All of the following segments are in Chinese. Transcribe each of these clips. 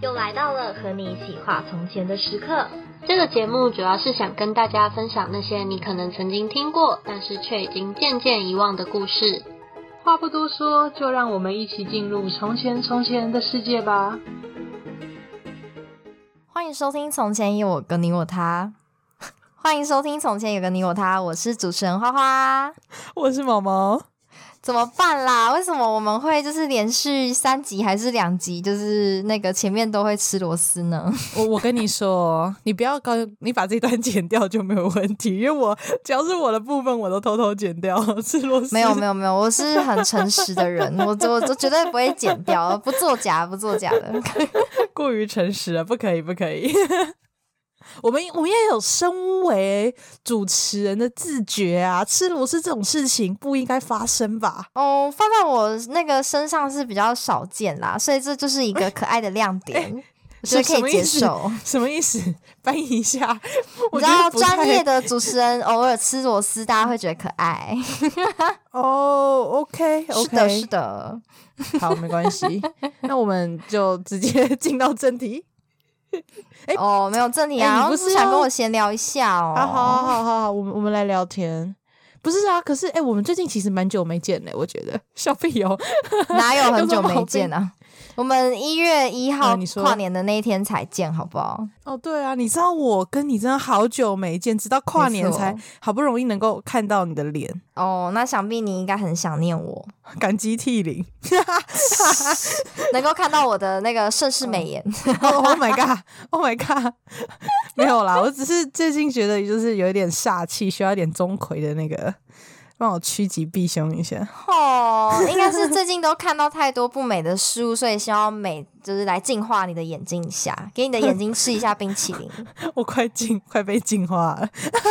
又来到了和你一起画从前的时刻。 这个节目主要是想跟大家分享那些你可能曾经听过，但是却已经渐渐遗忘的故事。 话不多说，就让我们一起进入从前的世界吧。 欢迎收听《从前有我跟你我他》。欢迎收听《从前有个你我他》，我是主持人花花， 我是毛毛。 怎么办啦？为什么我们会就是连续3集还是2集，就是那个前面都会吃螺丝呢？ 我跟你说，你不要你把这段剪掉就没有问题，因为只要是我的部分，我都偷偷剪掉吃螺丝。 没有，我是很诚实的人，我绝对不会剪掉，不作假的。 过于诚实了，不可以。我们也有身为主持人的自觉啊，吃螺丝这种事情不应该发生吧？ 哦，放在我那个身上是比较少见啦，所以这就是一个可爱的亮点，我觉得可以接受。 什么意思？翻译一下。 你知道专业的主持人偶尔吃螺丝，大家会觉得可爱。 哦 ，OK， 是的， 好，没关系。那我们就直接进到正题。 没有正题啊， 你不是想跟我闲聊一下哦？ 好，我们来聊天。不是啊，可是我们最近其实蛮久没见我觉得小屁友哪有很久没见啊？我们1月1号跨年的那一天才见，好不好？ 哦，对啊，你知道我跟你真的好久没见，直到跨年才好不容易能够看到你的脸。 哦，那想必你应该很想念我， 感激涕零， 能够看到我的那个盛世美颜。 Oh my god， 没有啦，我只是最近觉得就是有一点煞气，需要一点钟馗的那个。帮我趋吉避凶一下应该是最近都看到太多不美的事物，所以希望美就是来净化你的眼睛一下，给你的眼睛吃一下冰淇淋。 我快被净化了。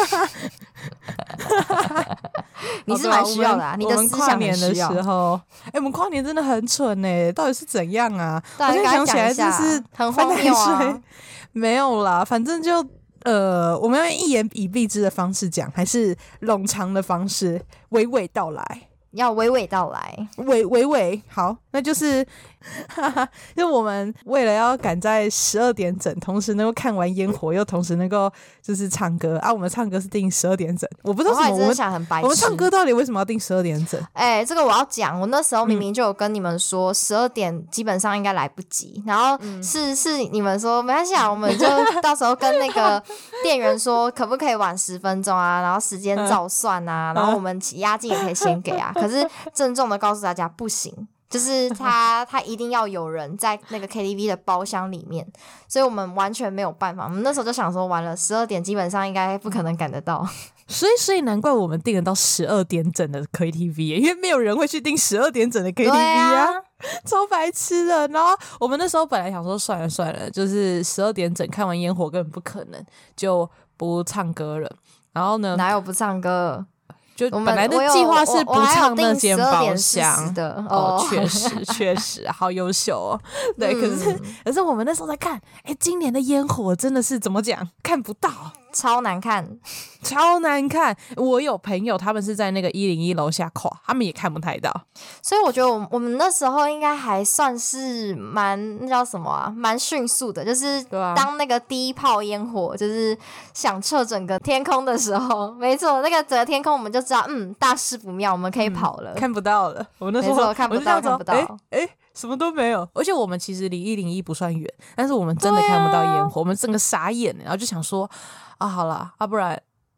你是蛮需要的啊，你的思想很需要。 我们跨年的时候，我们跨年真的很蠢到底是怎样啊？ 我现在想起来就是很荒谬啊。 没有啦，反正就我们要一言以蔽之的方式讲，还是冗长的方式娓娓道来？ 要娓娓道来， 娓好，那就是就我们为了要赶在12点整，同时能够看完烟火，又同时能够就是唱歌啊。我们唱歌是定12点整，我不知道什么，我们唱歌到底为什么要定12点整？ 这个我要讲，我那时候明明就有跟你们说12点基本上应该来不及，然后是你们说没关系啊，我们就到时候跟那个店员说可不可以晚10分钟啊，然后时间照算啊，然后我们押金也可以先给啊。可是郑重的告诉大家不行，就是他一定要有人在那个 KTV 的包厢里面，所以我们完全没有办法。我们那时候就想说完了12点基本上应该不可能赶得到， 所以难怪我们订得到12点整的 KTV， 因为没有人会去订12点整的 KTV 啊，超白痴的。然后我们那时候本来想说算了，就是12点整看完烟火根本不可能，就不唱歌了。然后呢， 哪有不唱歌？ 就本来的计划是不唱那间包厢的确实好优秀哦。对，可是我们那时候在看，今年的烟火真的是怎么讲，看不到， 超难看。 我有朋友他们是在那个101楼下跨，他们也看不太到。 所以我觉得我们那时候应该还算是那叫什么啊，蛮迅速的，就是当那个第一炮烟火就是响彻整个天空的时候，没错，那个整个天空我们就知道大事不妙，我们可以跑了， 看不到了。我那时候看不到什么都没有。而且我们其实离101不算远，但是我们真的看不到烟火，我们整个傻眼，然后就想说好啦，不然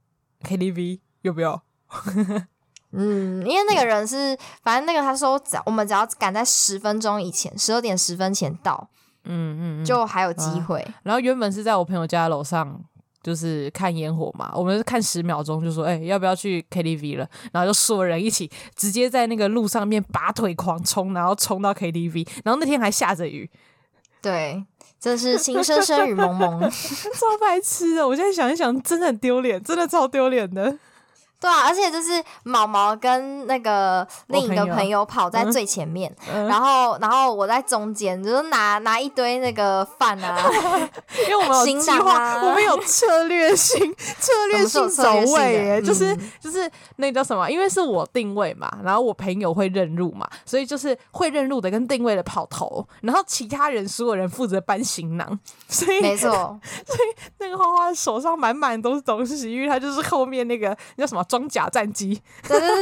KTV 要不要？ 因为那个人是，反正那个他说我们只要赶在10分钟以前，12点10分前到，就还有机会。 然后原本是在我朋友家楼上，就是看烟火嘛，我们是看10秒钟就说要不要去 KTV 了，然后就所有人一起直接在那个路上面拔腿狂冲，然后冲到 KTV， 然后那天还下着雨。 对，真是情深深雨蒙蒙。 超白痴的，我现在想一想真的很丢脸，真的超丢脸的。 对啊，而且就是毛毛跟那个另一个朋友跑在最前面，然后我在中间，就是拿一堆那个饭啊， 因为我们有计划，我们有策略性走位耶，就是那叫什么？因为是我定位嘛，然后我朋友会认路嘛，所以就是会认路的跟定位的跑头，然后其他人所有人负责搬行囊，所以没错， 所以那个花花手上满满都是东西，因为他就是后面那个叫什么装甲战机， 对，对，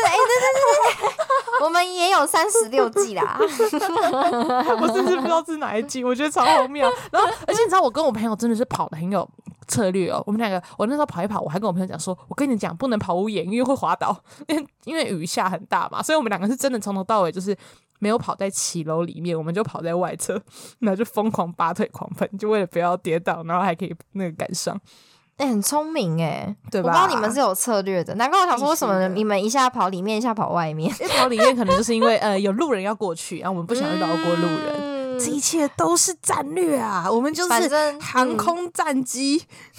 我们也有36季啦， 我甚至不知道是哪一季，我觉得超荒谬。然后，而且你知道，我跟我朋友真的是跑得很有策略哦。我们两个，我那时候跑一跑，我还跟我朋友讲说，我跟你讲，不能跑屋檐，因为会滑倒，因为雨下很大嘛，所以我们两个是真的从头到尾就是没有跑在骑楼里面，我们就跑在外侧，然后就疯狂拔腿狂喷，就为了不要跌倒，然后还可以那个赶上。 很聪明对吧？ 我不知道你们是有策略的，难怪我想说为什么你们一下跑里面，一下跑外面。 因为跑里面可能就是因为有路人要过去，然后我们不想去绕过路人。这一切都是战略啊，我们就是航空战机。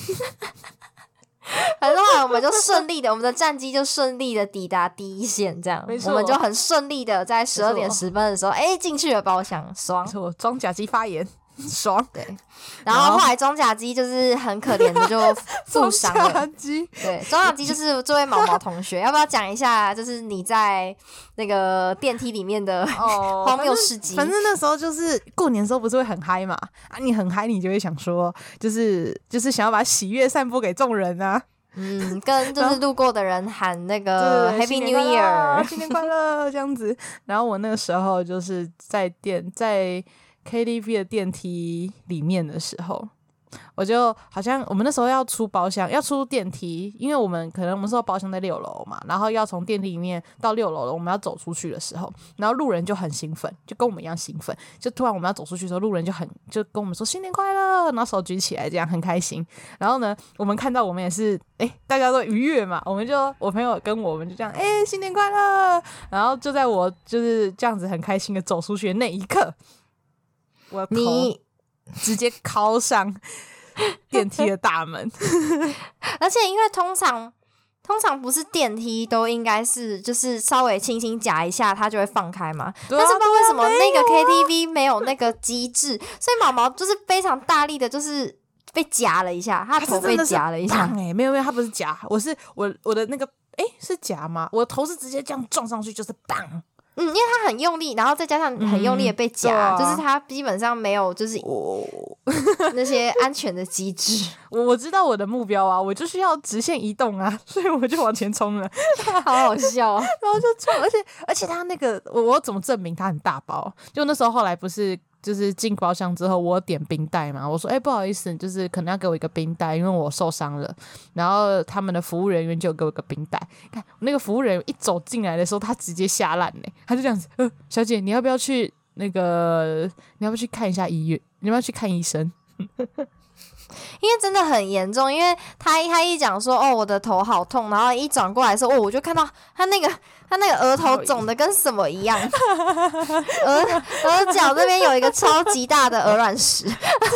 反正后来我们就顺利的，我们的战机就顺利的抵达第一线，这样我们就很顺利的在12点10分的时候，进去了包厢，爽。 没错，装甲机发言。爽， 对，然后后来装甲机就是很可怜的就负伤了。 装甲机， 对，装甲机就是这位毛毛同学，要不要讲一下？就是你在那个电梯里面的荒谬事迹。 反正那时候就是过年的时候不是会很嗨嘛？啊，你很嗨，你就会想说，就是想要把喜悦散播给众人啊。 跟就是路过的人喊那个 Happy New Year， 新年快乐这样子。然后我那个时候就是在KTV 的电梯里面的时候，我就好像我们那时候要出包厢，要出电梯，因为我们说包厢在6楼嘛，然后要从电梯里面到6楼了，我们要走出去的时候，然后路人就很兴奋，就跟我们一样兴奋，就突然我们要走出去的时候，路人就跟我们说新年快乐，然后手举起来，这样很开心。然后呢，我们看到我们也是大家都愉悦嘛，我朋友跟我们就这样新年快乐，然后就在我就是这样子很开心的走出去的那一刻，我的头直接靠上电梯的大门。 而且因为通常不是电梯都应该是就是稍微轻轻夹一下它就会放开嘛，但是不知道为什么那个 KTV 没有那个机制，所以毛毛就是非常大力的就是被夹了一下，他的头被夹了一下。 没有，他不是夹，我的那个是夹吗？我的头是直接这样撞上去，就是棒。 因为他很用力，然后再加上很用力的被夹，就是他基本上没有就是那些安全的机制。 我知道我的目标啊，我就是要直线移动啊，所以我就往前冲了， 好好笑啊！ 然后就冲，而且他那个我怎么证明他很大包？就那时候后来不是。就是进包厢之后，我点冰袋嘛，我说不好意思，就是可能要给我一个冰袋，因为我受伤了。然后他们的服务人员就给我一个冰袋。看那个服务人员一走进来的时候，他直接吓烂嘞，他就这样子，小姐，你要不要去看一下医院？你要不要去看医生？ 因为真的很严重，因为他一讲说我的头好痛，然后一转过来的时候我就看到他那个额头肿的跟什么一样，额角这边有一个超级大的鹅卵石。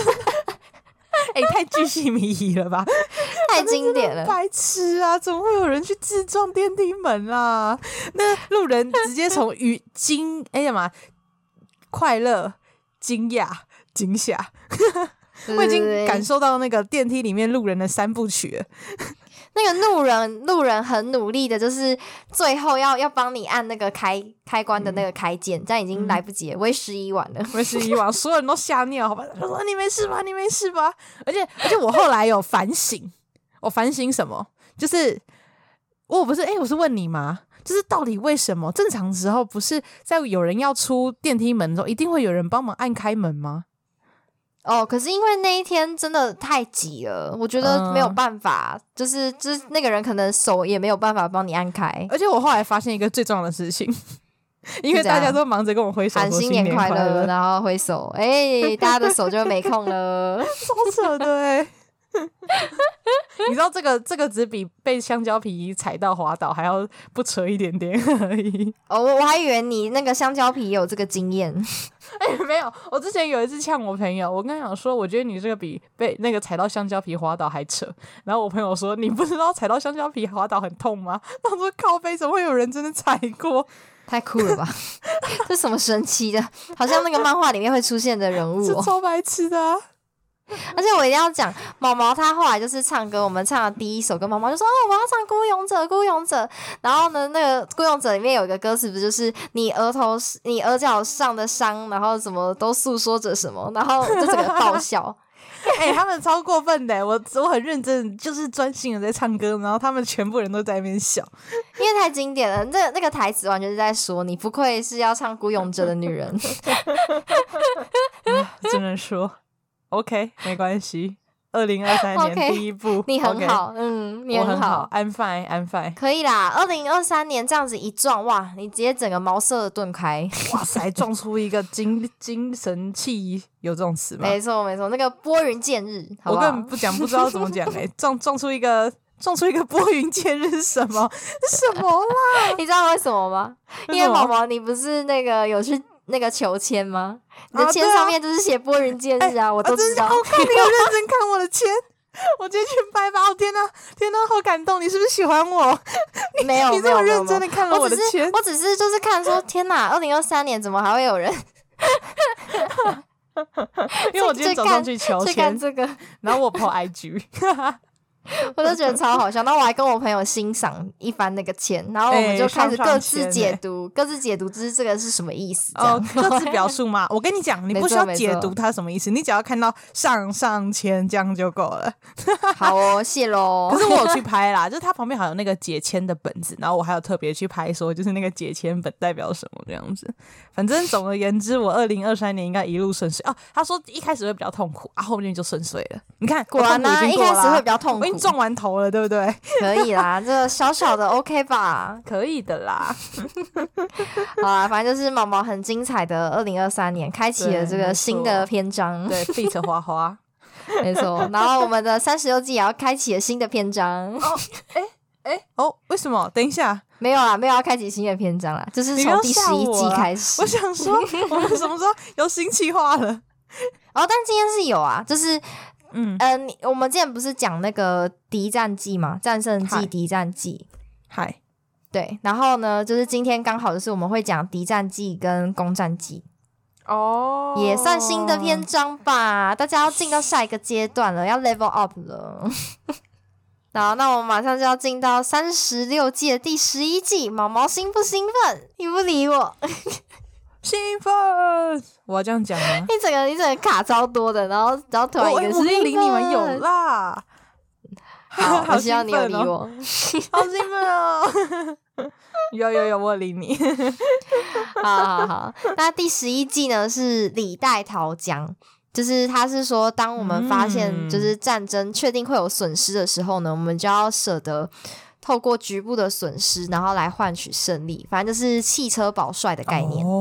太巨细靡遗了吧， 太经典了， 白痴啊！怎么会有人去自撞电梯门啊？那路人直接从快乐、惊讶、惊吓。我已经感受到那个电梯里面路人的3部曲了。 那个路人很努力的，就是最后要帮你按那个开关的那个开键，这样已经来不及了，为时已晚了，为时已晚， 所有人都吓尿，好吧？他说你没事吧？你没事吧？而且我后来有反省，我反省什么？就是我是问你吗？就是到底为什么正常时候不是在有人要出电梯门的时候，一定会有人帮忙按开门吗？ 可是因为那一天真的太挤了，我觉得没有办法，就是那个人可能手也没有办法帮你按开。 而且我后来发现一个最重要的事情，因为大家都忙着跟我挥手喊新年快乐，然后挥手，大家的手就没空了， 超扯的你知道这个只比被香蕉皮踩到滑倒还要不扯一点点而已。 哦，我还以为你那个香蕉皮也有这个经验。 没有，我之前有一次呛我朋友，我跟他讲说，我觉得你这个比被那个踩到香蕉皮滑倒还扯。然后我朋友说，你不知道踩到香蕉皮滑倒很痛吗？他说靠北，怎么会有人真的踩过？ 太酷了吧！这什么神奇的，好像那个漫画里面会出现的人物是超白痴的啊！ 而且我一定要讲，毛毛他后来就是唱歌，我们唱的第一首歌，毛毛就说：“哦，我要唱《孤勇者》，孤勇者。”然后呢，那个《孤勇者》里面有一个歌词，不就是你额角上的伤，然后什么都诉说着什么，然后就整个爆笑。 他们超过分的，我很认真，就是专心的在唱歌，然后他们全部人都在那边笑， 因为太经典了。那个台词完全是在说，你不愧是要唱《孤勇者》的女人。 只能说 OK， 没关系。2023年第一部， 你很好，你很好 ，I'm fine， 可以啦。2023年这样子一撞，哇，你直接整个茅塞顿开， 哇塞，撞出一个精神气，有这种词吗？ 没错，那个拨云见日，好不好？ 我根本不知道怎么讲撞出一个拨云见日是什么？什么啦？ 你知道为什么吗？因为毛毛，你不是那个有去那个求签吗？你的签上面就是写拨云见日啊，我都知道。 我看你有认真看我的签，我直接去拜吧！天哪，好感动！你是不是喜欢我？ 没有， 你这么认真的看了我的签， 我只是就是看说，天哪，2023年怎么还会有人？ 因为我今天早上去求签， 看这个， 然后我 po IG。 我都觉得超好笑，然后我还跟我朋友欣赏一番那个签，然后我们就开始各自解读，就是这个是什么意思这样， 各自表述嘛。我跟你讲，你不需要解读它什么意思，你只要看到上签这样就够了。 好哦，谢咯。 可是我有去拍啦，就是它旁边好像有那个解签的本子，然后我还有特别去拍说，就是那个解签本代表什么这样子。反正总而言之，我2023年应该一路顺遂。他说一开始会比较痛苦啊，后面就顺遂了。你看， 果然啊，一开始会比较痛苦。 撞完头了，对不对？ 可以啦，这小小的 OK 吧？ 可以的啦。 好啦，反正就是毛毛很精彩的2023年，开启了这个新的篇章。 对 ，feat 花花， 没错。然后我们的36季也要开启了新的篇章。 为什么？等一下， 没有要开启新的篇章啦，就是从第11季开始。 我想说，我们什么时候有新企划了？ 但今天是有啊，就是我们之前不是讲那个敌战季嘛，战胜季、敌战季， 嗨， 对，然后呢，就是今天刚好就是我们会讲敌战季跟攻战季，也算新的篇章吧，大家要进到下一个阶段了，要 level up 了。好，那我们马上就要进到36季的第11季，毛毛兴不兴奋？你不理我。 兴奋，我要这样讲吗？ 你整个卡超多的，然后突然一个我没理你们有啦。 好，我希望你有理我。 好兴奋哦！有，我理你。 好。那第11季呢是李代桃僵，就是他是说，当我们发现就是战争确定会有损失的时候呢，我们就要舍得透过局部的损失，然后来换取胜利，反正就是汽车保帅的概念。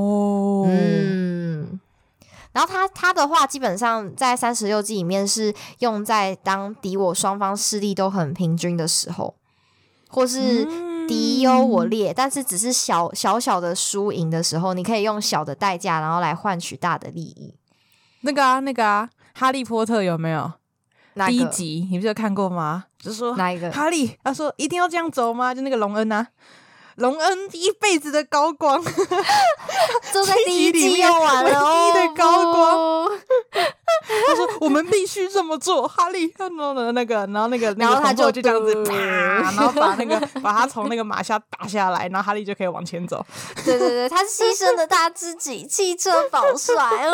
然后他的话基本上在36季里面是用在当敌我双方势力都很平均的时候，或是敌优我劣，但是只是小的输赢的时候，你可以用小的代价，然后来换取大的利益。 那个啊，哈利波特有没有？第一集你不是有看过吗？就说哪一个哈利他说一定要这样走吗？就那个隆恩啊，隆恩一辈子的高光就在第一季用完了唯一的高光他说我们必须这么做，哈利然后他就这样子然后把他从那个马下打下来，然后哈利就可以往前走。 对，他牺牲了他自己，汽车保帅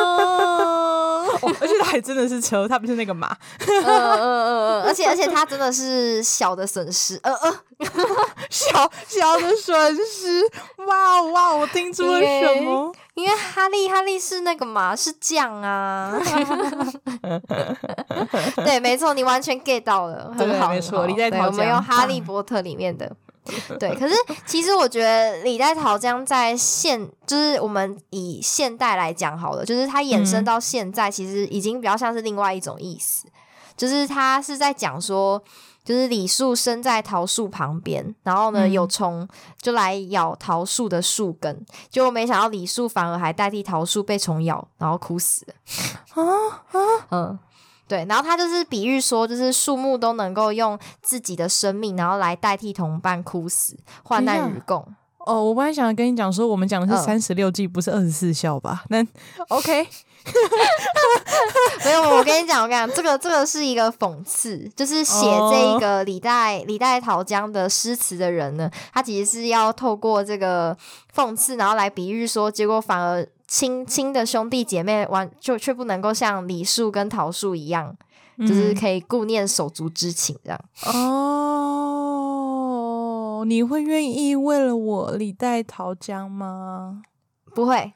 而且他还真的是车，他不是那个马。 而且他真的是小的损失， 小的损失，哇，我听出了什么？ 因为哈利是那个嘛，是将啊。对，没错，你完全 get 到了，很好， 没错，李代桃僵， 我们用哈利波特里面的。对，可是其实我觉得李代桃僵在就是我们以现代来讲好了，就是它衍生到现在，其实已经比较像是另外一种意思。 就是他是在讲说，就是李树生在桃树旁边，然后呢有虫就来咬桃树的树根，结果没想到李树反而还代替桃树被虫咬，然后哭死了。对，然后他就是比喻说，就是树木都能够用自己的生命，然后来代替同伴哭死，患难与共。 我本来想跟你讲说，我们讲的是36计，不是24孝吧？那 OK。 没有，我跟你讲，这个是一个讽刺，就是写这个李代桃僵的诗词的人呢，他其实是要透过这个讽刺，然后来比喻说，结果反而亲的兄弟姐妹却不能够像李树跟桃树一样，就是可以顾念手足之情这样。 你会愿意为了我李代桃僵吗？ 不会。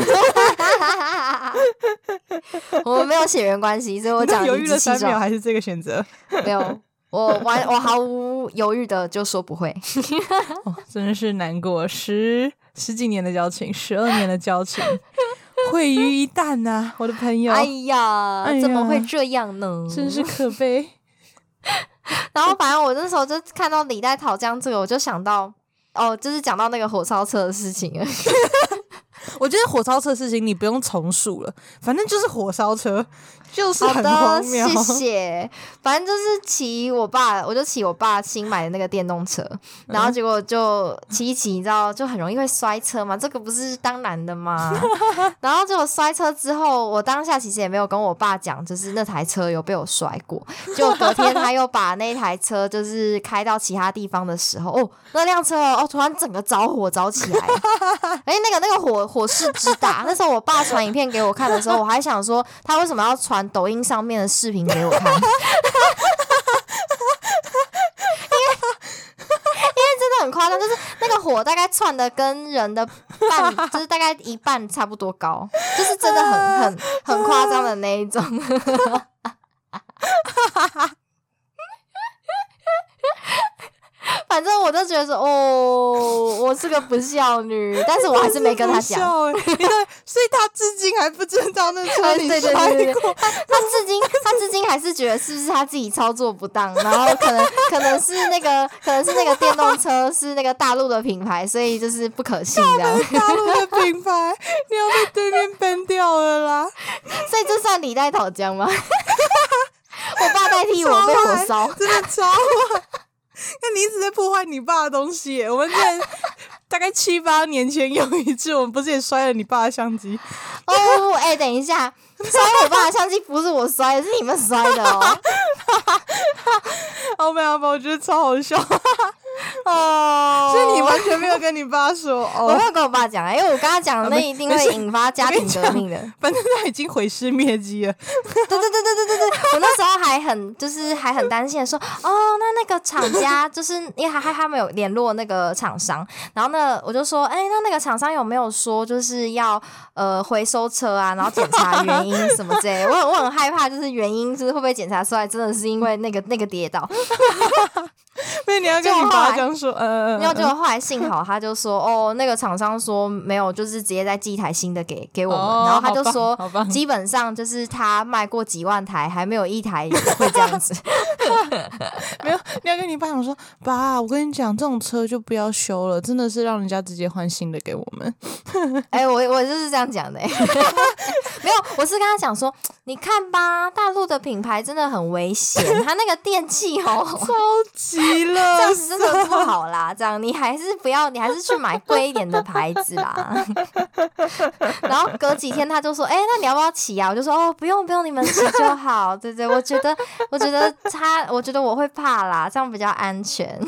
我们没有血缘关系，所以我讲犹豫了3秒还是这个选择？ 没有，我毫无犹豫的就说不会。 真的是难过，十几年的交情，12年的交情毁于一旦啊，我的朋友。 哎呀，怎么会这样呢？ 真是可悲。 然后反正我那时候就看到李代桃僵这个，我就想到就是讲到那个火烧车的事情了。 我觉得火烧车的事情你不用重述了，反正就是火烧车，就是很荒谬。 谢谢。反正就是我就骑我爸新买的那个电动车，然后结果就骑一骑，你知道，就很容易会摔车嘛，这个不是当然的吗？然后结果摔车之后，我当下其实也没有跟我爸讲，就是那台车有被我摔过。结果隔天他又把那台车就是开到其他地方的时候，那辆车突然整个着火着起来了。那个火势之大，那时候我爸传影片给我看的时候，我还想说他为什么要传抖音上面的视频给我看。因为真的很夸张，就是那个火大概窜的跟人的就是大概一半差不多高，就是真的很夸张的那一种。反正我就觉得说，我是个不孝女，但是我还是没跟他讲。 所以他至今还不知道那车你摔过。 他至今还是觉得是不是他自己操作不当，然后可能是那个电动车是那个大陆的品牌，所以就是不可信这样。 大陆的品牌，你要被对面 ban 掉了啦。 所以这算李代桃僵吗？我爸代替我被火烧， 真的超坏。那你一直在破坏你爸的东西耶。我们之前大概7、8年前有一次，我们不是也摔了你爸的相机？ 等一下，摔我爸的相机不是我摔的，是你们摔的哦。 没有，我觉得超好笑。所以你完全没有跟你爸说？ 我没有跟我爸讲，因为我跟他讲，那一定会引发家庭革命的。 反正他已经毁尸灭迹了。 对，我那时候还很担心的说，那个厂家就是因为他们有联络那个厂商，然后呢我就说，那个厂商有没有说就是要回收车啊，然后检查原因什么之类的。我很害怕，就是原因就是会不会检查出来真的是因为那个跌倒。 因为你要跟你爸这样说， 然后结果后来幸好他就说，那个厂商说没有，就是直接再寄一台新的给我们。然后他就说，基本上就是他卖过几万台，还没有一台会这样子。 没有，你要跟你爸讲说，爸，我跟你讲，这种车就不要修了，真的是让人家直接换新的给我们。 我就是这样讲的。没有，我是跟他讲说，你看吧，大陆的品牌真的很危险，他那个电器超级了， 这样子真的不好啦。这样你还是去买贵一点的牌子啦。然后隔几天他就说，那你要不要骑啊？我就说，不用，你们骑就好。对，我觉得我会怕啦，这样比较安全。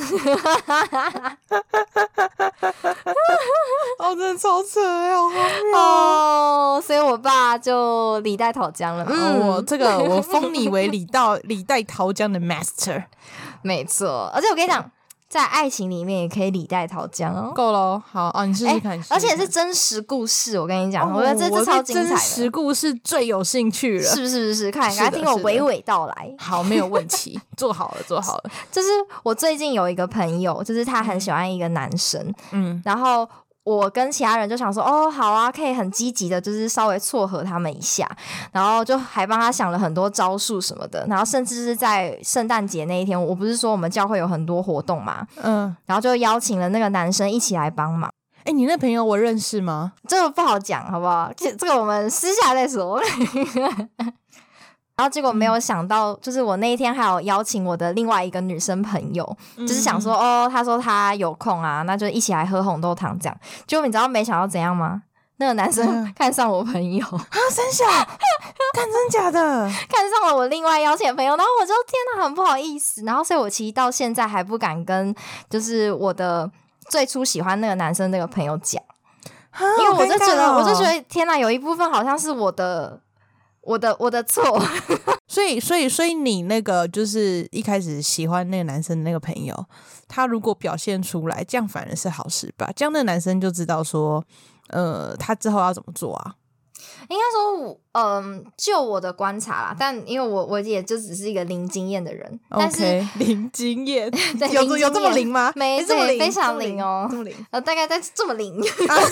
真的超扯，好荒谬。 所以我爸就李代桃僵了。 我封你为李代桃僵的 master。 没错，而且我跟你讲，在爱情里面也可以李代桃僵哦。 够了，好你试试看。 而且是真实故事，我跟你讲，我觉得这超精彩的。 真实故事最有兴趣了， 是？快听我娓娓道来。 好，没有问题，做好了。就是我最近有一个朋友，就是他很喜欢一个男生，然后我跟其他人就想说，哦，好啊，可以很积极的，就是稍微撮合他们一下，然后就还帮他想了很多招数什么的，然后甚至是在圣诞节那一天，我不是说我们教会有很多活动嘛，然后就邀请了那个男生一起来帮忙。 你那朋友我认识吗？ 这个不好讲，好不好？这个我们私下再说。然后结果没有想到，就是我那一天还有邀请我的另外一个女生朋友，就是想说他说他有空啊，那就一起来喝红豆汤这样。结果你知道没想到怎样吗？那个男生看上我朋友啊， 真假？看真假的？ 看上了我另外邀请的朋友，然后我就天哪，很不好意思。然后所以我其实到现在还不敢跟就是我的最初喜欢那个男生那个朋友讲，因为我就觉得天哪，有一部分好像是我的错。 所以你那个就是一开始喜欢那个男生的那个朋友，他如果表现出来，这样反而是好事吧？这样那个男生就知道说，他之后要怎么做啊？ 应该说，就我的观察啦，但因为我也就只是一个零经验的人，但是零经验， 对， 有这么零吗？ 没这么零，非常零哦， 这么零， 大概在这么零，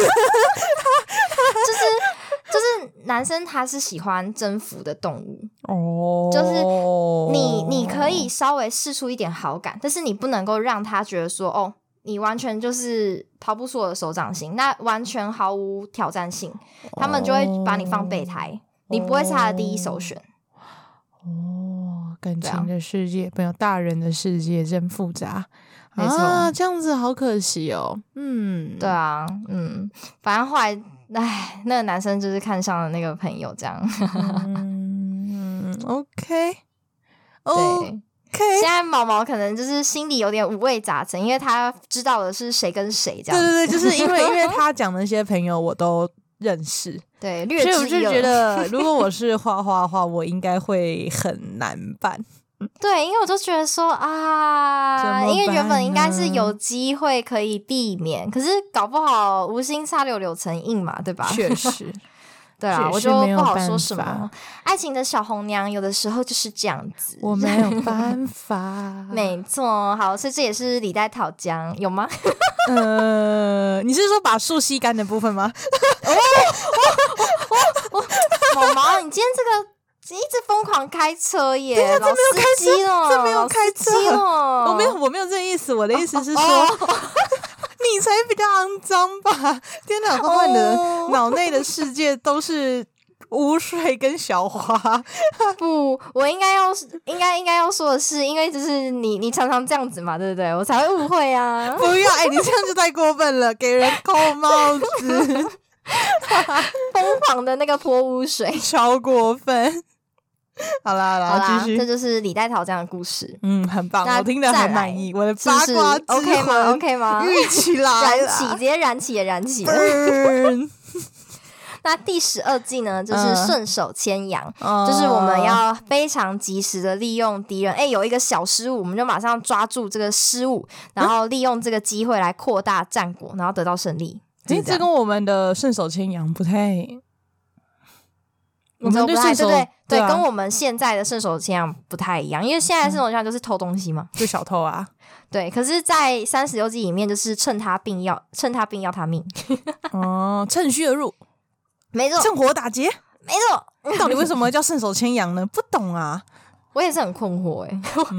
就是男生他是喜欢征服的动物哦，就是你可以稍微释出一点好感，但是你不能够让他觉得说哦，你完全就是跑不出我的手掌心，那完全毫无挑战性，他们就会把你放备胎，你不会是他的第一首选。 感情的世界，没有大人的世界真复杂， 没错啊，这样子好可惜哦。 对啊，反正后来，那个男生就是看上了那个朋友，这样。 OK， 对。现在毛毛可能就是心里有点五味杂陈，因为他知道的是谁跟谁这样子。 对，就是因为他讲的那些朋友我都认识， 对，略知一二。 所以我就觉得，如果我是花花的话，我应该会很难办。 对，因为我就觉得说啊，因为原本应该是有机会可以避免，可是搞不好无心插柳柳成荫嘛，对吧？ 确实。 对啊，我就不好说什么。爱情的小红娘有的时候就是这样子， 我没有办法。 没错，好，所以这也是李代桃浆，有吗？ 你是说把树吸干的部分吗？ 毛毛，你今天这个一直疯狂开车耶！老司机了， 这没有开车了， 我没有这个意思，我的意思是说。你才比较肮脏吧！天哪，花花你的脑内的世界都是污水跟小花。 不，我应该要说的是，因为就是你常常这样子嘛，对不对？我才会误会啊！ 不要，你这样就太过分了，给人扣帽子， 疯狂的那个泼污水， 超过分。好啦，继续。 这就是李代桃这样的故事。 很棒，我听得很满意。我的八卦之魂 OK 吗？ 郁起来了， 直接燃起了。那第12计呢，就是顺手牵羊，就是我们要非常及时的利用敌人有一个小失误，我们就马上抓住这个失误，然后利用这个机会来扩大战果，然后得到胜利。 这跟我们的顺手牵羊不太。我们对，跟我们现在的顺手牵羊不太一样，因为现在的顺手牵羊就是偷东西嘛， 就小偷啊。 对，可是在36计里面就是趁他病要他命。 趁虚而入， 没错， 趁火打劫， 没错。 到底为什么叫顺手牵羊呢？不懂啊， 我也是很困惑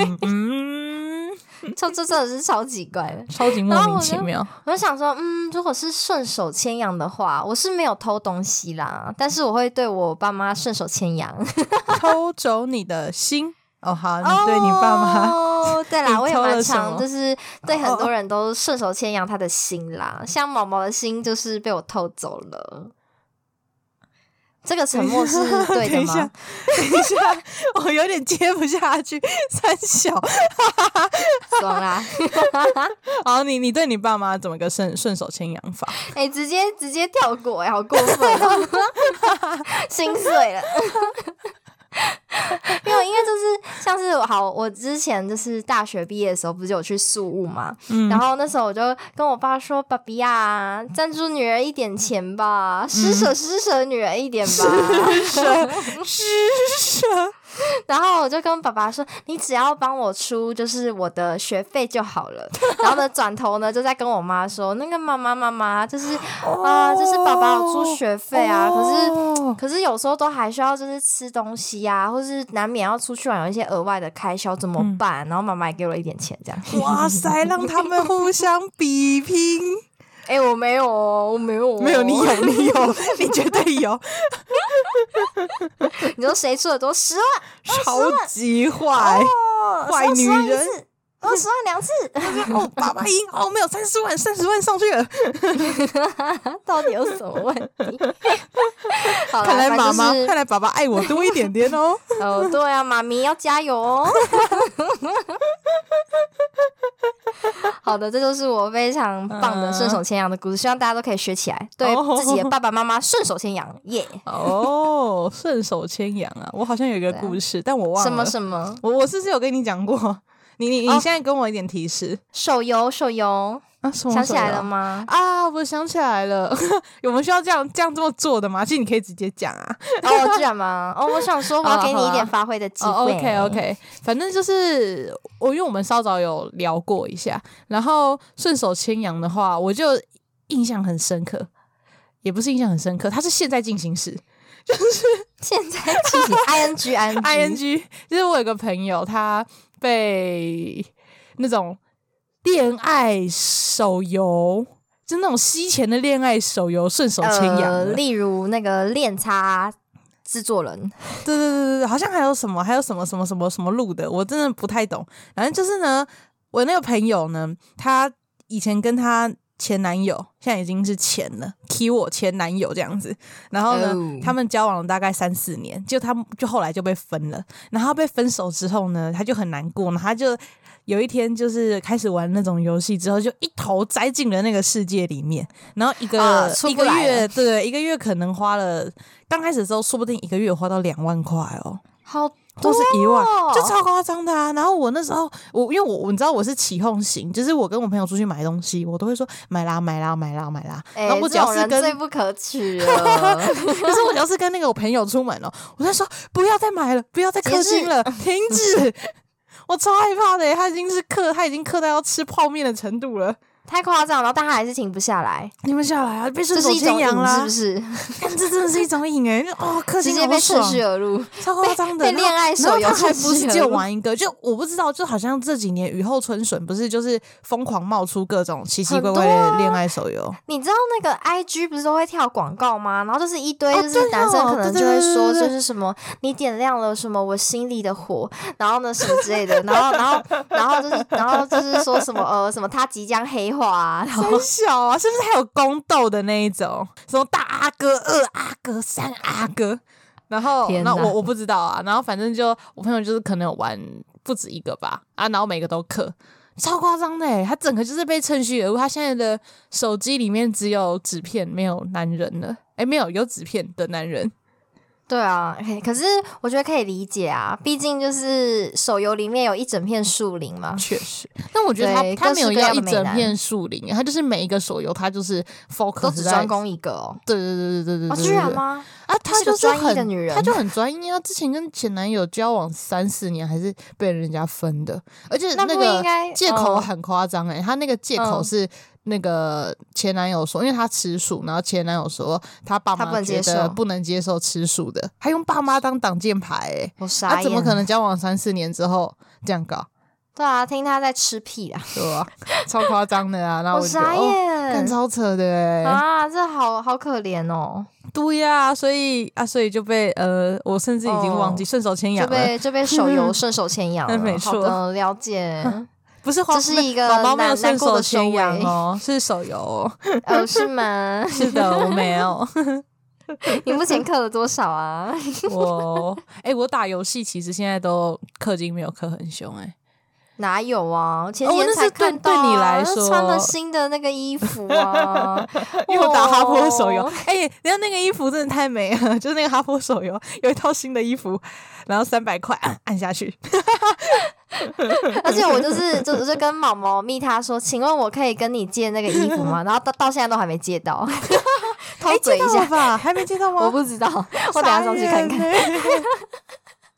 这真的是超奇怪的， 超级莫名其妙。 我就想说，如果是顺手牵羊的话，我是没有偷东西啦，但是我会对我爸妈顺手牵羊， 偷走你的心。好，你对你爸妈对啦，我也蛮常就是对很多人都顺手牵羊他的心啦，像毛毛的心就是被我偷走了。这个沉默是对的吗？ 等一下，我有点接不下去。三小， 爽啦！ 好，你对你爸妈怎么个顺手牵羊法？ 直接跳过好过分哦，心碎了。没有，因为就是像是我之前就是大学毕业的时候，不是有去宿务嘛，然后那时候我就跟我爸说：“爸比呀，赞助女儿一点钱吧，施舍女儿一点吧。” 施舍， 然后我就跟爸爸说，你只要帮我出就是我的学费就好了。然后呢，转头呢就在跟我妈说，那个妈妈，就是就是爸爸有出学费啊，可是有时候都还需要就是吃东西啊，或是难免要出去玩有一些额外的开销怎么办？然后妈妈也给我一点钱这样。 哇塞，让他们互相比拼。 我没有哦，我没有哦， 没有，你有，你绝对有。 你说谁出的多？10万， 超级坏，坏女人。 20万2次。 哦，爸爸赢哦，没有30万上去了。 到底有什么问题？好啦， 看来爸爸爱我多一点点哦。 哦，对啊，妈咪要加油哦。好的，这就是我非常棒的顺手牵羊的故事，希望大家都可以学起来，对自己的爸爸妈妈顺手牵羊，耶！ 哦，顺手牵羊啊，我好像有一个故事，但我忘了什么？ 我是不是有跟你讲过？你现在跟我一点提示。 手游啊，想起来了吗？ 啊，我想起来了。我们需要这样这么做的吗？其实你可以直接讲啊。 居然吗？我想说我要给你一点发挥的机会。 OK， 反正就是因为我们稍早有聊过一下，然后顺手牵羊的话，我就印象很深刻，也不是印象很深刻，它是现在进行时。就是现在进行 ing， 就是我有个朋友，他被那种恋爱手游，就那种吸钱的恋爱手游顺手牵羊例如那个恋叉制作人， 对，好像还有什么路的，我真的不太懂。反正就是呢，我那个朋友呢，他以前跟他前男友，现在已经是前了 key 我前男友这样子，然后呢他们交往了大概3-4年，就后来就被分了，然后被分手之后呢，他就很难过，然后他就有一天就是开始玩那种游戏之后，就一头栽进了那个世界里面，然后一个月，对，一个月可能花了，刚开始的时候说不定一个月花到2万块哦， 好都是1万，就超夸张的啊！然后我那时候，因为我你知道我是起哄型，就是我跟我朋友出去买东西，我都会说买啦。然后我只要是跟最不可取了， 可是我只要是跟那个我朋友出门哦，我就说不要再买了，不要再氪金了，停止！我超害怕的耶，他已经氪到要吃泡面的程度了。 太夸张了，但他还是停不下来， 被顺手牵羊啦， 是不是？ 但这真的是一种瘾哎！氪金直接被趁虚而入， 超夸张的。 被恋爱手游他还不是就玩一个，就我不知道，就好像这几年雨后春笋，不是就是疯狂冒出各种奇奇怪怪的恋爱手游。 你知道那个 IG 不是都会跳广告吗？然后就是一堆就是男生可能就会说，就是什么你点亮了什么我心里的火，然后呢什么之类的，然后就是说什么什么他即将黑化啊，然后小啊，是不是还有宫斗的那一种，什么大阿哥、2阿哥、3阿哥？然后我不知道啊，然后反正就我朋友就是可能有玩不止一个吧，然后每个都氪，超夸张的耶，他整个就是被趁虚而入，他现在的手机里面只有纸片没有男人了，没有纸片的男人。 对啊，可是我觉得可以理解啊，毕竟就是手游里面有一整片树林嘛。 确实，但我觉得他没有要一整片树林，他就是每一个手游他就是 focus 都只专攻一个哦。 对， 居然吗？ 他就是专一的女人， 他就很专一啊。之前跟前男友交往3-4年，还是被人家分的，而且那个借口很夸张他那个借口是那个前男友说，因为他吃素，然后前男友说他爸妈觉得不能接受吃素的，还用爸妈当挡箭牌我傻眼， 他怎么可能交往3-4年之后这样搞？ 对啊，听他在吃屁啊， 对啊，超夸张的啊！然后我傻眼， 更超扯的这好可怜哦。 对呀，所以就被我甚至已经忘记顺手牵羊了， 就被手游顺手牵羊了。 没错， 好的，了解。 不是， 这是一个宝宝没有顺手牵羊哦， 是手游是吗？ 是的，我没有。 你目前氪了多少啊？ 我打游戏其实现在都氪金没有氪很凶哪有啊？前几天才看到对你来说穿了新的那个衣服啊， 又打哈坡手游。人家那个衣服真的太美了，就是那个哈坡手游有一套新的衣服，然后300块按下去。 而且我就跟毛毛密他说，请问我可以跟你借那个衣服吗？然后到现在都还没借到，偷嘴一下吧？还没借到吗？ 我不知道，我等一下上去看看。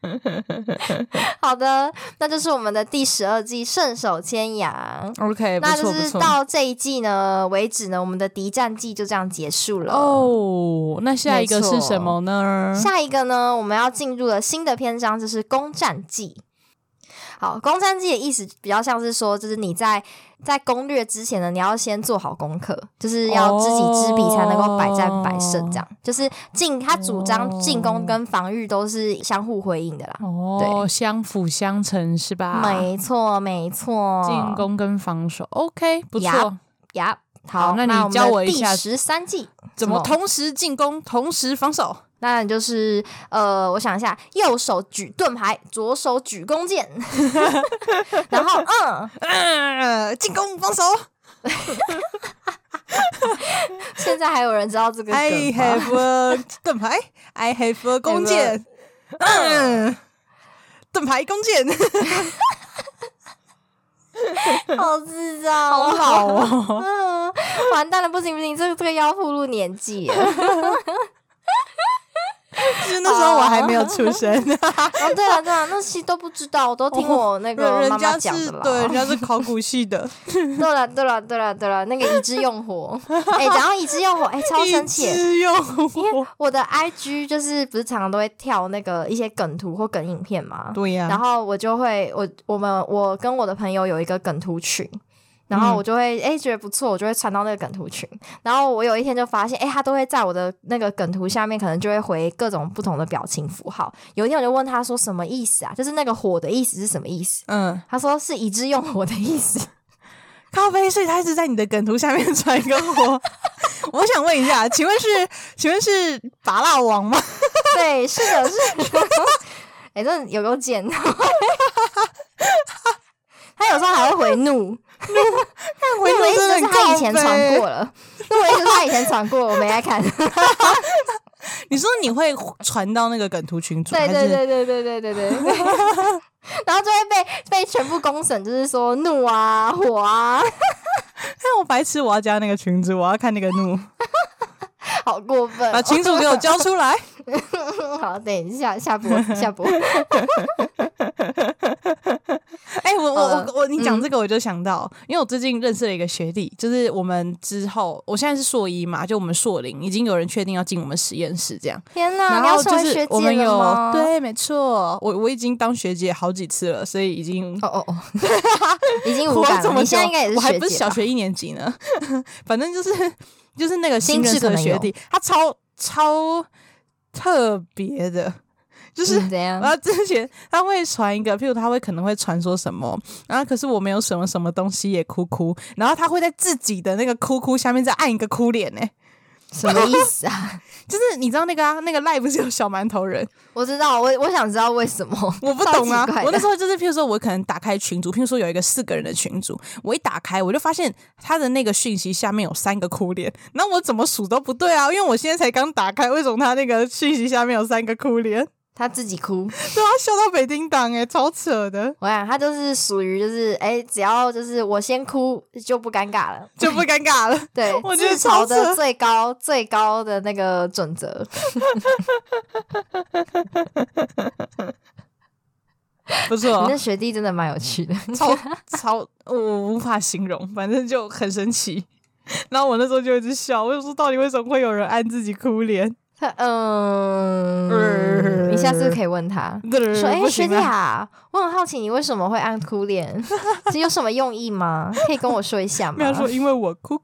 好的，那就是我们的第12季顺手牵羊。 OK， 那就是到这一季呢为止呢，我们的敌战季就这样结束了哦。那下一个是什么呢？ 下一个呢，我们要进入了新的篇章，就是攻占季。好，攻占季的意思比较像是说，就是你在攻略之前呢，你要先做好功课，就是要知己知彼才能够百战百胜，这样。就是他主张进攻跟防御都是相互辉映的啦。对， 相辅相成是吧？ 没错，没错。 进攻跟防守 ，OK， 不错。 好， 那你教我一下第13季怎么同时进攻，同时防守。 那你就是我想一下，右手举盾牌，左手举弓箭，然后进攻防守。 现在还有人知道这个梗吗？ I have a 盾牌 ，I have a 弓箭，盾牌弓箭， 好智障， 好老哦！ 完蛋了，不行，这个要暴露年纪。 就是那时候我还没有出生。 对了，那些都不知道，我都听我那个妈妈讲的啦。 对，人家是考古系的。 对了，那个已知用火。讲到已知用火，超生气。已知用火， 因为我的 IG 就是不是常常都会跳那个一些梗图或梗影片嘛？ 对呀。 然后我就会，我跟我的朋友有一个梗图群。然后我就会觉得不错，我就会传到那个梗图群。然后我有一天就发现他都会在我的那个梗图下面可能就会回各种不同的表情符号。有一天我就问他说什么意思啊，就是那个火的意思是什么意思。他说是已知用火的意思。 靠北，所以他一直在你的梗图下面传一个火。我想问一下，请问是拔蜡王吗？ 对，是的。真的有够贱。他有时候还会回怒。 回怒真的很他以前传过了，我意思是他以前传过，我没来看。 你说你会传到那个梗图群组？ 对。然后就会被全部公审，就是说怒啊、火啊。 看我白痴，我要加那个群组，我要看那个怒。 好过分！ 把群组给我交出来。 好，等一下下播。 你讲这个我就想到，因为我最近认识了一个学弟，就是我们之后，我现在是硕一嘛，就我们硕0已经有人确定要进我们实验室这样。 天哪！ 然后就是我们有对，没错，我已经当学姐好几次了，所以已经已经无感了。你现在应该也是学姐吧？ 我还不是小学1年级呢。反正就是那个新认识的学弟，他超特别的。就是怎样？ 然后之前他会传一个，譬如他可能会传说什么，然后可是我没有什么东西也哭，然后他会在自己的那个哭下面再按一个哭脸欸。 什么意思啊？ 就是你知道那个 live 不是有小馒头人？ 我知道，我想知道为什么。 我不懂啊。我那时候就是譬如说我可能打开群组，譬如说有一个4个人的群组，我一打开我就发现他的那个讯息下面有3个哭脸，那我怎么数都不对啊，因为我现在才刚打开，为什么他那个讯息下面有3个哭脸？ 他自己哭， 对啊，笑到北叮当超扯的。 我想他就是属于就是只要就是我先哭就不尴尬了， 就不尴尬了。 对， 我觉得自嘲的最高的那个准则。 不错， 你那学弟真的蛮有趣的， 超我无法形容，反正就很神奇。然后我那时候就一直笑，我就说到底为什么会有人按自己哭脸？ 你下次可以问他说学弟啊，我很好奇你为什么会按哭脸，这有什么用意吗？可以跟我说一下吗？ 没有说因为我哭。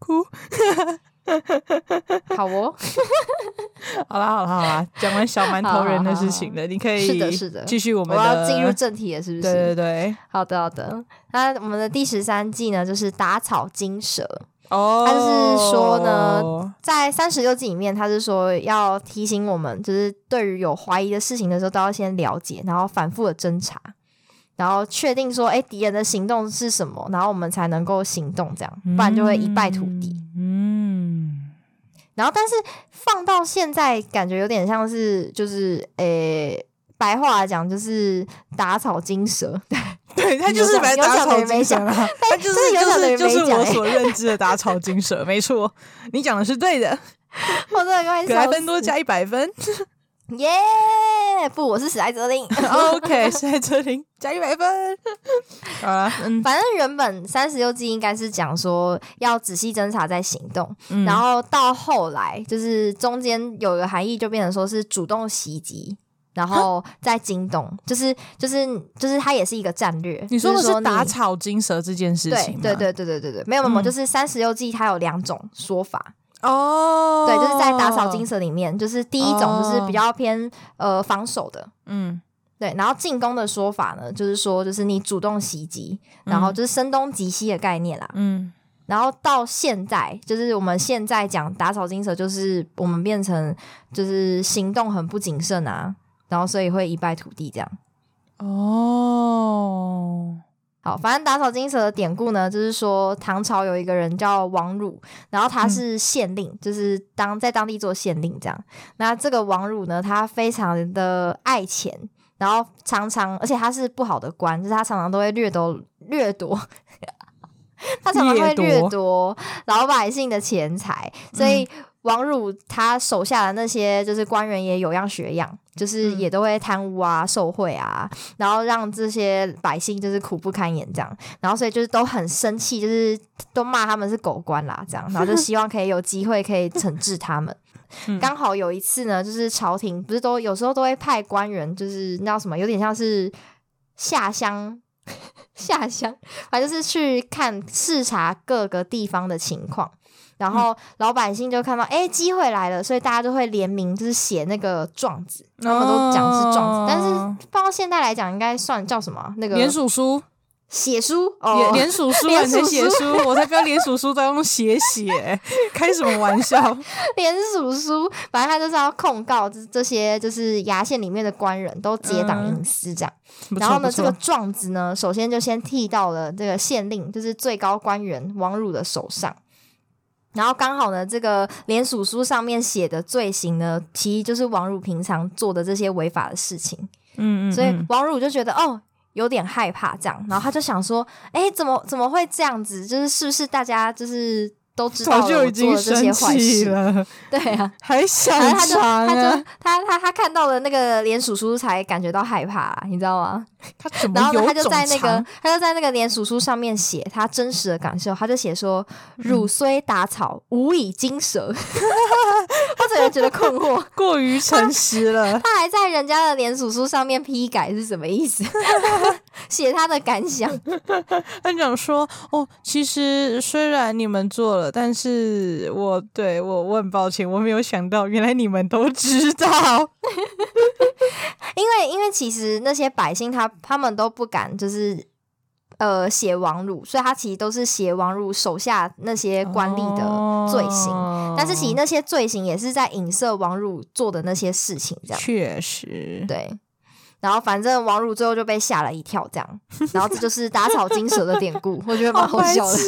好哦。 好啦，讲完小馒头人的事情了，你可以是的继续我要进入正题了，是不是？ 对， 好的。那我们的第13季呢，就是打草惊蛇。 他就是说呢，在36季里面，他是说要提醒我们，就是对于有怀疑的事情的时候，都要先了解，然后反复的侦查，然后确定说，敌人的行动是什么，然后我们才能够行动，这样，不然就会一败涂地。然后，但是放到现在，感觉有点像是，就是白话来讲，就是打草惊蛇。 对，他就是打草惊蛇啦，他就是我所认知的打草惊蛇，没错，你讲的是对的。 我真的快笑死， 格莱芬多加100分， 耶！ 不，我是史莱哲林。 OK， 史莱哲林加100分。好啦， 反正原本36计应该是讲说要仔细侦查再行动，然后到后来就是中间有个含义就变成说是主动袭击。然后再惊动，就是它也是一个战略。 你说的就是打草惊蛇这件事情吗？ 对，没有，就是36计它有2种说法。 哦， 对，就是在打草惊蛇里面，就是第一种就是比较偏防守的，对，然后进攻的说法呢，就是说就是你主动袭击，然后就是声东击西的概念啦，然后到现在，就是我们现在讲打草惊蛇，就是我们变成就是行动很不谨慎啊，然后所以会一败涂地这样。好，反正打草惊蛇的典故呢，就是说唐朝有一个人叫王辱，然后他是县令，就是在当地做县令这样。那这个王辱呢，他非常的爱钱，然后常常，而且他是不好的官，就是他常常都会掠夺他常常会掠夺老百姓的钱财，所以王辱他手下的那些就是官员也有样学样，就是也都会贪污啊、受贿啊，然后让这些百姓就是苦不堪言这样，然后所以就是都很生气，就是都骂他们是狗官啦这样，然后就希望可以有机会可以惩治他们。刚好有一次呢，就是朝廷不是都有时候都会派官员，就是那叫什么，有点像是下乡，反正就是去视察各个地方的情况。然后老百姓就看到机会来了，所以大家就会联名就是写那个状子，他们都讲是状子，但是放到现在来讲应该算叫什么，那个联署书写书联署书你才写书，我才不要联署书再用写开什么玩笑。 联署书反正他就是要控告这些就是衙县里面的官人都结党营私这样，然后呢这个状子呢首先就先递到了这个县令，就是最高官员王辱的手上，然后刚好呢这个联署书上面写的罪行呢其实就是王辱平常做的这些违法的事情，所以王辱就觉得有点害怕这样，然后他就想说怎么会这样子，就是是不是大家就是都知道了我做的这些坏事了， 对啊， 还想藏啊， 他看到了那个联署书才感觉到害怕你知道吗？ 他怎么然后呢他就在那个联署书上面写他真实的感受，他就写说汝虽打草无以惊蛇他整个觉得困惑， 过于诚实了。 他还在人家的联署书上面批改是什么意思写他的感想， 他讲说其实虽然你们做了，但是我很抱歉，我没有想到原来你们都知道因为其实那些百姓他们都不敢就是写王辱，所以他其实都是写王辱手下那些官吏的罪行，但是其实那些罪行也是在影射王辱做的那些事情这样。 确实对， 然后反正王辱最后就被吓了一跳这样，然后这就是打草惊蛇的典故我觉得蛮好笑的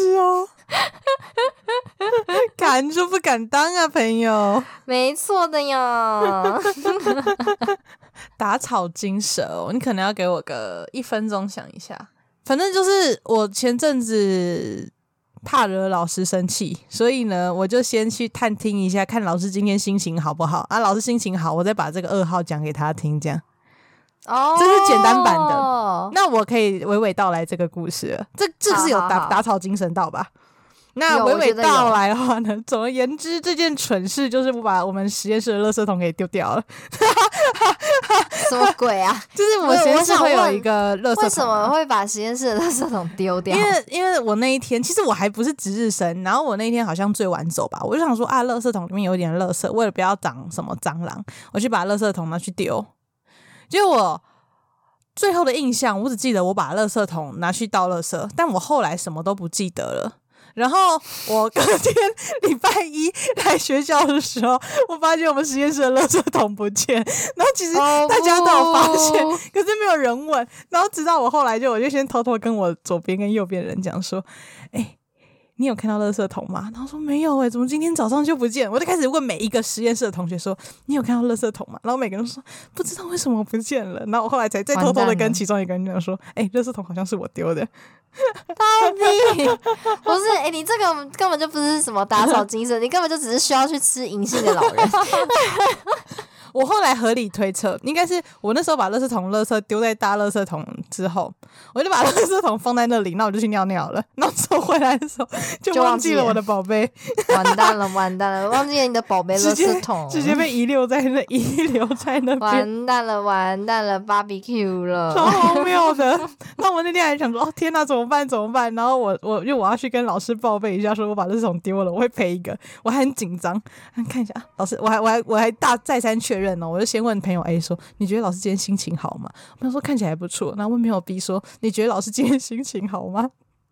敢就不敢当啊朋友， 没错的呀打草惊蛇你可能要给我个1分钟想一下。反正就是我前阵子怕惹老师生气，所以呢我就先去探听一下看老师今天心情好不好啊，老师心情好我再把这个2号讲给他听这样。这是简单版的，那我可以娓娓道来这个故事了，这是有打草惊蛇到吧？那娓娓道来的话呢，总而言之这件蠢事就是我把我们实验室的垃圾桶给丢掉了什么鬼啊就是我实验室会有一个垃圾桶， 为什么会把实验室的垃圾桶丢掉？ 因为我那一天其实我还不是值日生，然后我那一天好像最晚走吧，我就想说垃圾桶里面有点垃圾，为了不要长什么蟑螂，我去把垃圾桶拿去丢。结果我最后的印象我只记得我把垃圾桶拿去倒垃圾，但我后来什么都不记得了。然后我隔天礼拜一来学校的时候，我发现我们实验室的垃圾桶不见，然后其实大家都有发现可是没有人问，然后直到我后来我就先偷偷跟我左边跟右边的人讲说你有看到垃圾桶吗？然后说没有怎么今天早上就不见？我就开始问每一个实验室的同学说你有看到垃圾桶吗？然后每个人都说不知道为什么不见了，然后我后来才再偷偷的跟其中一个人讲说垃圾桶好像是我丢的。 到底不是你这个根本就不是什么打草惊蛇你根本就只是需要去吃银杏的老人我后来合理推测，应该是我那时候把垃圾丢在大垃圾桶之后，我就把垃圾桶放在那里，那我就去尿尿了。然后走回来的时候就忘记了我的宝贝， 完蛋了，忘记了你的宝贝垃圾桶， 直接被遗留在那边， 完蛋了 ，barbecue 了， 超荒谬的。那我那天还想说，哦天哪，怎么办？然后我因为我要去跟老师报备一下，说我把垃圾桶丢了，我会赔一个，我还很紧张。看一下老师，我还再三确认哦，我就先问朋友 A 说，你觉得老师今天心情好吗？我说看起来还不错。然后问朋友 B 说，你觉得老师今天心情好吗？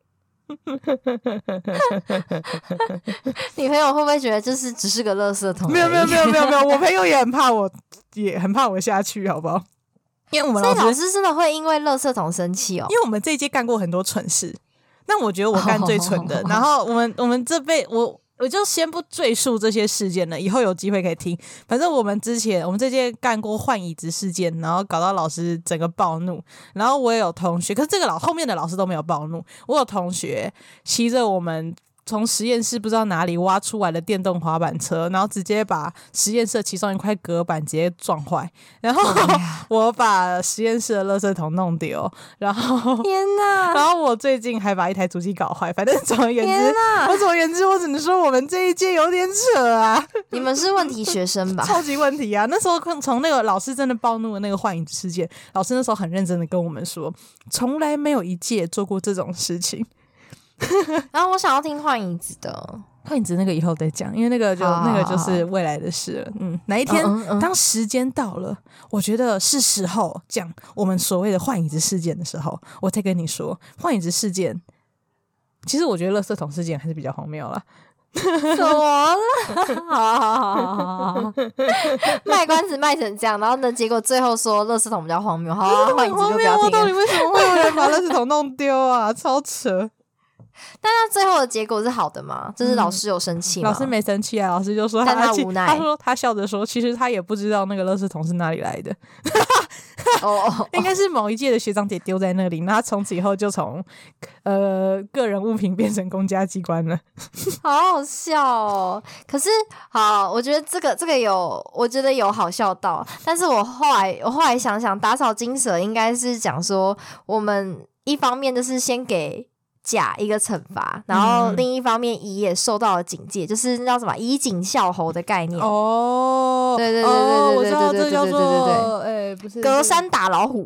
你朋友会不会觉得就是只是个垃圾桶？ 没有，我朋友也很怕我下去，好不好？因为我们老师真的会因为垃圾桶生气哦。 因为我们这一届干过很多蠢事，但我觉得我干最蠢的。然后我们这辈我就先不赘述这些事件了，以后有机会可以听。反正我们这届干过换椅子事件，然后搞到老师整个暴怒。然后我也有同学，可是这个后面的老师都没有暴怒。我有同学骑着我们从实验室不知道哪里挖出来的电动滑板车，然后直接把实验室其中一块隔板直接撞坏，然后我把实验室的垃圾桶弄丢，然后天哪！ 然后我最近还把一台主机搞坏。反正总而言之，我只能说我们这一届有点扯啊。 你们是问题学生吧？ 超级问题啊！那时候从那个老师真的暴怒的那个换椅子事件，老师那时候很认真的跟我们说，从来没有一届做过这种事情。 然后我想要听换椅子的， 换椅子那个以后再讲，因为那个就是未来的事了。哪一天当时间到了，我觉得是时候讲我们所谓的换椅子事件的时候，我再跟你说换椅子事件。其实我觉得垃圾桶事件还是比较荒谬啦。 怎么了？好，卖关子卖成这样，然后呢，结果最后说垃圾桶比较荒谬，好啊，换椅子就不要听了。 到底为什么会有人把垃圾桶弄丢啊？超扯！ 但他最后的结果是好的吗？就是老师有生气吗？ 老师没生气啊，老师就说但他无奈， 他说他笑着说，其实他也不知道那个垃圾桶是哪里来的。应该是某一届的学长姐丢在那里，那他从此以后就从个人物品变成公家机关了。 好好笑哦！可是好，我觉得这个我觉得有好笑到，但是我后来想想，打草惊蛇应该是讲说，我们一方面就是先给甲一个惩罚，然后另一方面乙也受到了警戒，就是那叫什么以儆效尤的概念。 哦， 对， 我知道这叫做不是隔山打老虎。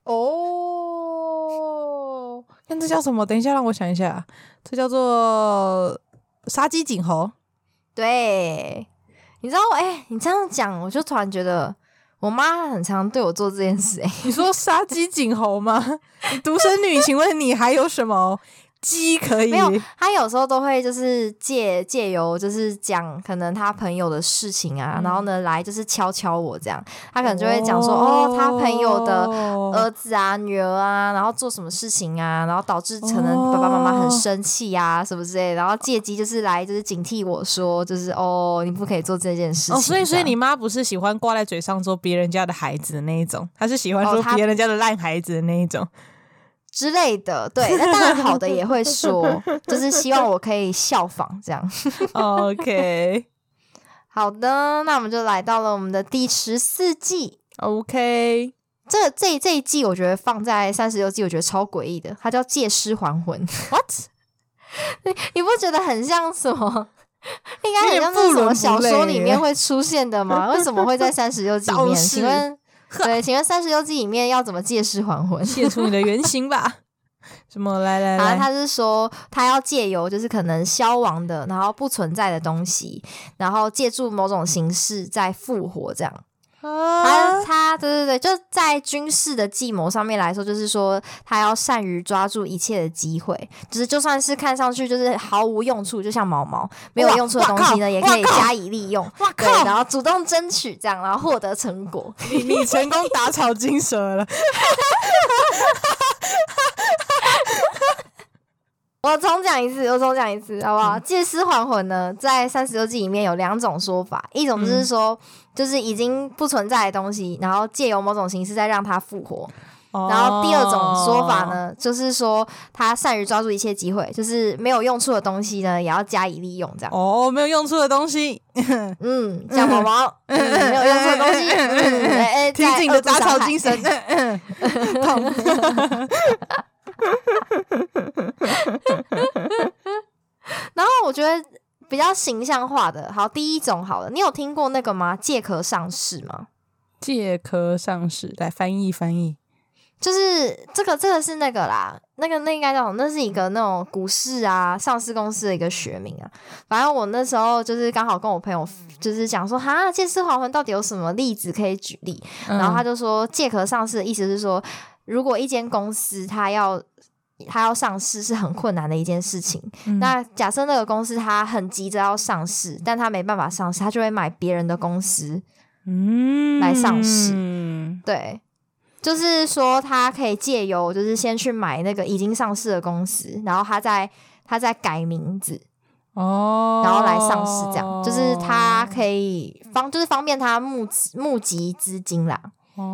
哦，看这叫什么？等一下，让我想一下，这叫做杀鸡儆猴。 对，你知道，你这样讲，我就突然觉得我妈很常对我做这件事。 你说杀鸡儆猴吗？你独生女，请问你还有什么鸡可以？ 没有，她有时候都会就是借由就是讲可能她朋友的事情啊，然后呢来就是敲我这样，她可能就会讲说她朋友的儿子啊、女儿啊，然后做什么事情啊，然后导致可能爸爸妈妈很生气啊什么之类的，然后借机就是来就是警惕我说就是你不可以做这件事情。 所以你妈不是喜欢挂在嘴上说别人家的孩子的那一种，她是喜欢说别人家的烂孩子的那一种。 之类的，对，那当然好的也会说，就是希望我可以效仿这样。 OK， 好的，那我们就来到了我们的第14季。 OK， 这一季我觉得放在36季，我觉得超诡异的，它叫借尸还魂。 What？ 你不觉得很像什么？应该很像是什么小说里面会出现的吗？为什么会在36季里面？请问36季里面要怎么借尸还魂？ 写出你的原型吧。什么？来， 他是说他要借由就是可能消亡的，然后不存在的东西，然后借助某种形式再复活这样。他对，就在军事的计谋上面来说，就是说他要善于抓住一切的机会，就是就算是看上去就是毫无用处，就像毛毛没有用处的东西呢，也可以加以利用。对，然后主动争取这样，然后获得成果。 你成功打草惊蛇了。 我重讲一次，好不好？借尸还魂呢，在36季里面有2种说法，一种就是说，就是已经不存在的东西，然后借由某种形式再让它复活。 然后第二种说法呢，就是说他善于抓住一切机会，就是没有用处的东西呢，也要加以利用，这样。 哦，没有用处的东西， 像毛毛，没有用处的东西， 提醒的杂草精神， 然后我觉得比较形象化的，好，第一种好了，你有听过那个吗？借壳上市吗？ 借壳上市，来翻译。 就是这个是那个啦，那应该叫什么？那是一个那种股市啊，上市公司的一个学名啊。反正我那时候就是刚好跟我朋友就是讲说，哈，借尸还魂到底有什么例子可以举例？然后他就说，借壳上市的意思是说，如果一间公司它要上市是很困难的一件事情。那假设那个公司它很急着要上市，但它没办法上市，它就会买别人的公司来上市。对，就是说他可以借由就是先去买那个已经上市的公司，然后他再改名字然后来上市，这样就是他可以方便他募集资金啦。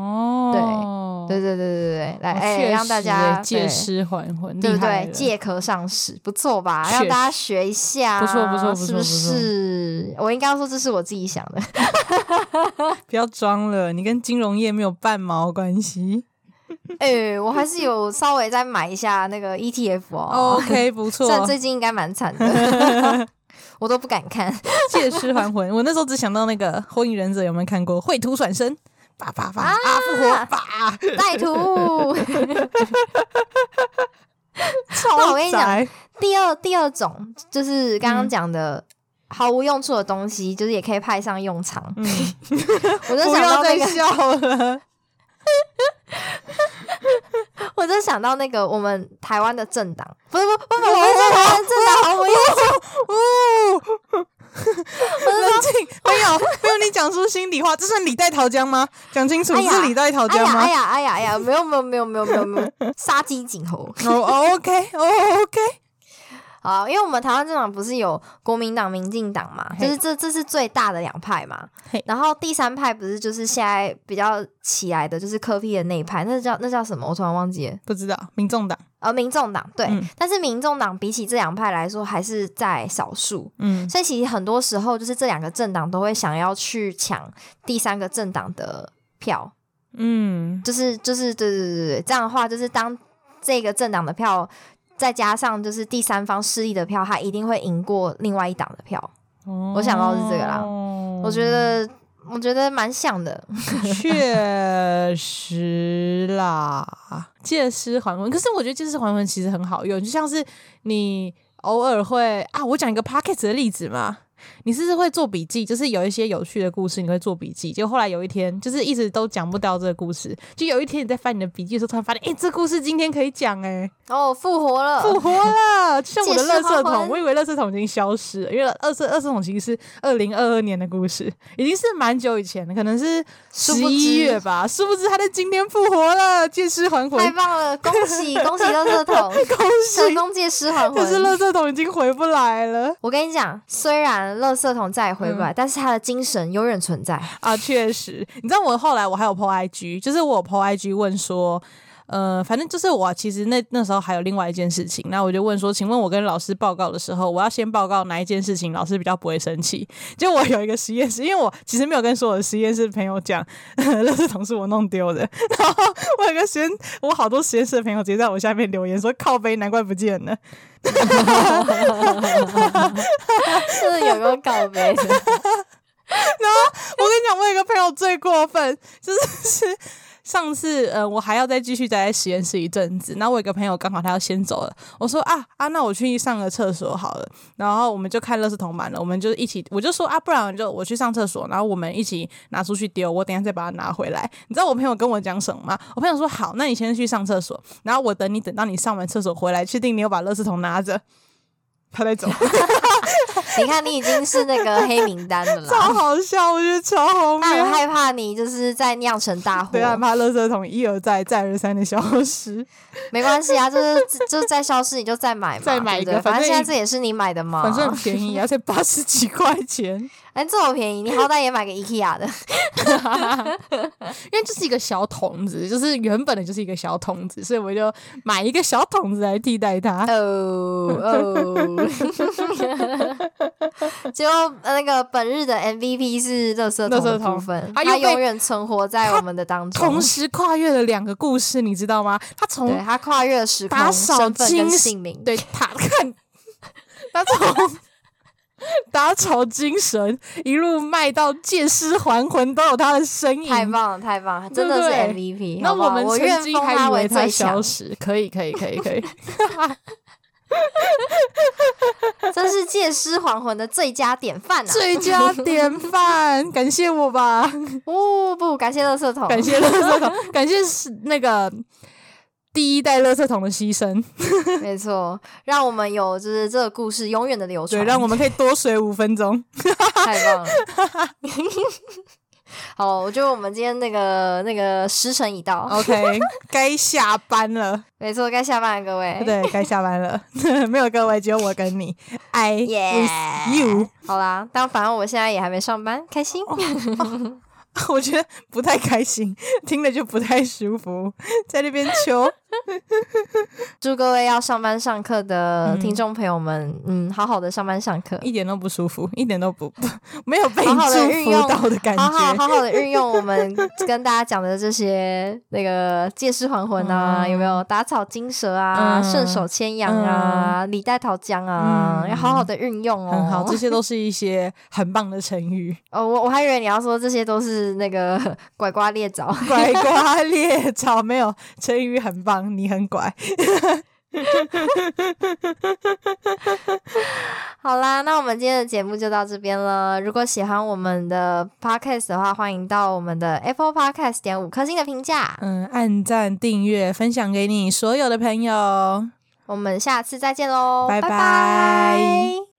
对，来，让大家借尸还魂， 对不对？借壳上市不错吧？让大家学一下， 不错， 是不是？我应该要说这是我自己想的， 不要装了，你跟金融业没有半毛关系。 我还是有稍微再买一下那个 ETF 哦。 OK， 不错。 虽然最近应该蛮惨的，我都不敢看。 借尸还魂，我那时候只想到那个《火影忍者》，有没有看过？绘图转身。复活带图那我跟你讲，第二种就是刚刚讲的毫无用处的东西，就是也可以派上用场。我就想到那个，不要再笑了。我就想到那个我们台湾的政党，不是台湾政党毫无用处。 冷静，没有你讲出心里话，这算李代桃僵吗？讲清楚，是李代桃僵吗？ 哎呀，没有，杀鸡儆猴。 OK。 好，因为我们台湾政党不是有国民党、民进党嘛，就是这是最大的两派嘛。然后第三派不是就是现在比较起来的，就是柯 P 的那一派，那叫什么？我突然忘记了， 不知道。民众党。 民众党对，但是民众党比起这两派来说还是在少数。所以其实很多时候就是这两个政党都会想要去抢第三个政党的票。就是对，这样的话就是当这个政党的票再加上就是第三方势力的票，他一定会赢过另外一党的票。我想到的是这个啦。我觉得蛮像的。确实啦，借尸还魂。可是我觉得借尸还魂其实很好用，就像是你偶尔会我讲一个 podcast 的例子嘛。你是不是会做笔记？就是有一些有趣的故事你会做笔记，结果后来有一天就是一直都讲不到这个故事，就有一天你在翻你的笔记的时候突然发现这故事今天可以讲复活了，就像我的垃圾桶，我以为垃圾桶已经消失了，因为垃圾桶其实是2022年的故事，已经是蛮久以前的，可能是11月吧，殊不知他在今天复活了，借尸还魂， 太棒了，恭喜垃圾桶，成功借尸还魂。 可是垃圾桶已经回不来了。 我跟你讲，虽然垃圾桶再也回不来，但是他的精神永远存在啊！确实，你知道我后来我还有 po IG， 就是我有 po IG 问说，反正就是我其实那时候还有另外一件事情，那我就问说，请问我跟老师报告的时候，我要先报告哪一件事情，老师比较不会生气？就我有一个实验室，因为我其实没有跟所有的实验室朋友讲，垃圾桶是我弄丢的，然后我好多实验室的朋友直接在我下面留言说，靠北，难怪不见了。真的有个告白的。 然后我跟你讲，我有一个朋友最过分，就是上次我还要再继续待在实验室一阵子，然后我有一个朋友刚好他要先走了，我说那我去上个厕所好了，然后我们就看垃圾桶满了，我们就一起，我就说不然就我去上厕所，然后我们一起拿出去丢，我等一下再把它拿回来。你知道我朋友跟我讲什么吗？我朋友说好，那你先去上厕所，然后我等到你上完厕所回来，确定你有把垃圾桶拿着，他再走。 你看你已经是那个黑名单了啦， 超好笑，我觉得超荒谬。 他很害怕你就是在酿成大祸， 对啊，怕垃圾桶一而再再而三的消失。 没关系啊，就是再消失你就再买嘛， 再买一个， 反正现在这也是你买的嘛， 反正很便宜，而且80几块钱。 哎，这么便宜，你好歹也买个 IKEA 的。 因为就是一个小桶子，就是原本的就是一个小桶子，所以我就买一个小桶子来替代它。 结果那个本日的 MVP 是垃圾桶的部分，它永远存活在我们的当中， 同时跨越了2个故事，你知道吗？ 他跨越了时空、身份跟姓名， 对他从打草惊蛇一路卖到借尸还魂，都有他的身影， 太棒了，太棒了，真的是 MVP。 那我们曾经还以为他消失，可以。 真是借尸还魂的最佳典范啊！ 最佳典范，感谢我吧。 不，感谢垃圾桶， 感谢垃圾桶，感谢那个第一代垃圾桶的牺牲。 没错，让我们有就是这个故事永远的流传， 对，让我们可以多睡5分钟。 太棒了。好，我觉得我们今天那个时辰已到 ，OK， 该下班了。 没错，该下班了，各位。 对，该下班了。没有各位，只有我跟你。I with you。 好啦，但反正我现在也还没上班，开心。 我觉得不太开心，听了就不太舒服，在那边求。 祝各位要上班上课的听众朋友们，好好的上班上课， 一点都不舒服，一点都不没有被祝福到的感觉。 好好的运用我们跟大家讲的这些那个借尸还魂啊，有没有打草惊蛇啊，顺手牵羊啊，李代桃僵啊，要好好的运用哦。 很好，这些都是一些很棒的成语。 我还以为你要说这些都是那个拐瓜裂枣， 拐瓜裂枣没有，成语很棒，你很拐。 好啦，那我们今天的节目就到这边了。如果喜欢我们的 podcast 的话，欢迎到我们的 Apple Podcast 点5颗星的评价， 按赞、订阅、分享给你所有的朋友。 我们下次再见喽， 拜拜。